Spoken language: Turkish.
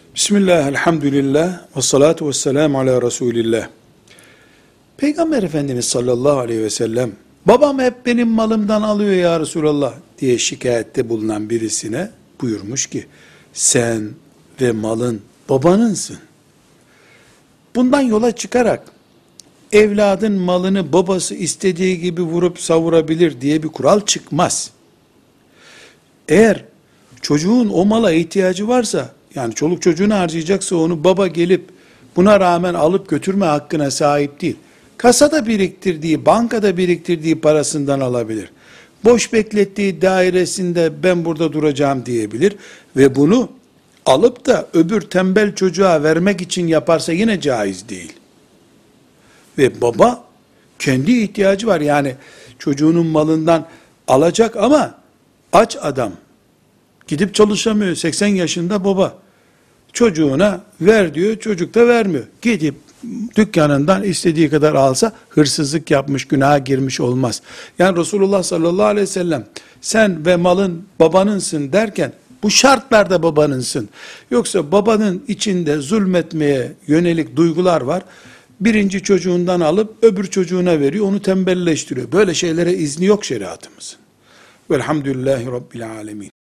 Bismillah, elhamdülillah, ve salatu ve selamu ala Resulillah. Peygamber Efendimiz sallallahu aleyhi ve sellem, babam hep benim malımdan alıyor ya Resulallah diye şikayette bulunan birisine buyurmuş ki, sen ve malın babanınsın. Bundan yola çıkarak, evladın malını babası istediği gibi vurup savurabilir diye bir kural çıkmaz. Eğer çocuğun o mala ihtiyacı varsa, yani çoluk çocuğunu harcayacaksa onu baba gelip buna rağmen alıp götürme hakkına sahip değil. Kasada biriktirdiği, bankada biriktirdiği parasından alabilir. Boş beklettiği dairesinde ben burada duracağım diyebilir ve bunu alıp da öbür tembel çocuğa vermek için yaparsa yine caiz değil. Ve baba kendi ihtiyacı var, yani çocuğunun malından alacak ama aç adam. Gidip çalışamıyor. 80 yaşında baba. Çocuğuna ver diyor. Çocuk da vermiyor. Gidip dükkanından istediği kadar alsa hırsızlık yapmış, günaha girmiş olmaz. Yani Resulullah sallallahu aleyhi ve sellem sen ve malın babanınsın derken bu şartlarda babanınsın. Yoksa babanın içinde zulmetmeye yönelik duygular var. Birinci çocuğundan alıp öbür çocuğuna veriyor. Onu tembelleştiriyor. Böyle şeylere izni yok şeriatımızın. Velhamdülillahi Rabbil alemin.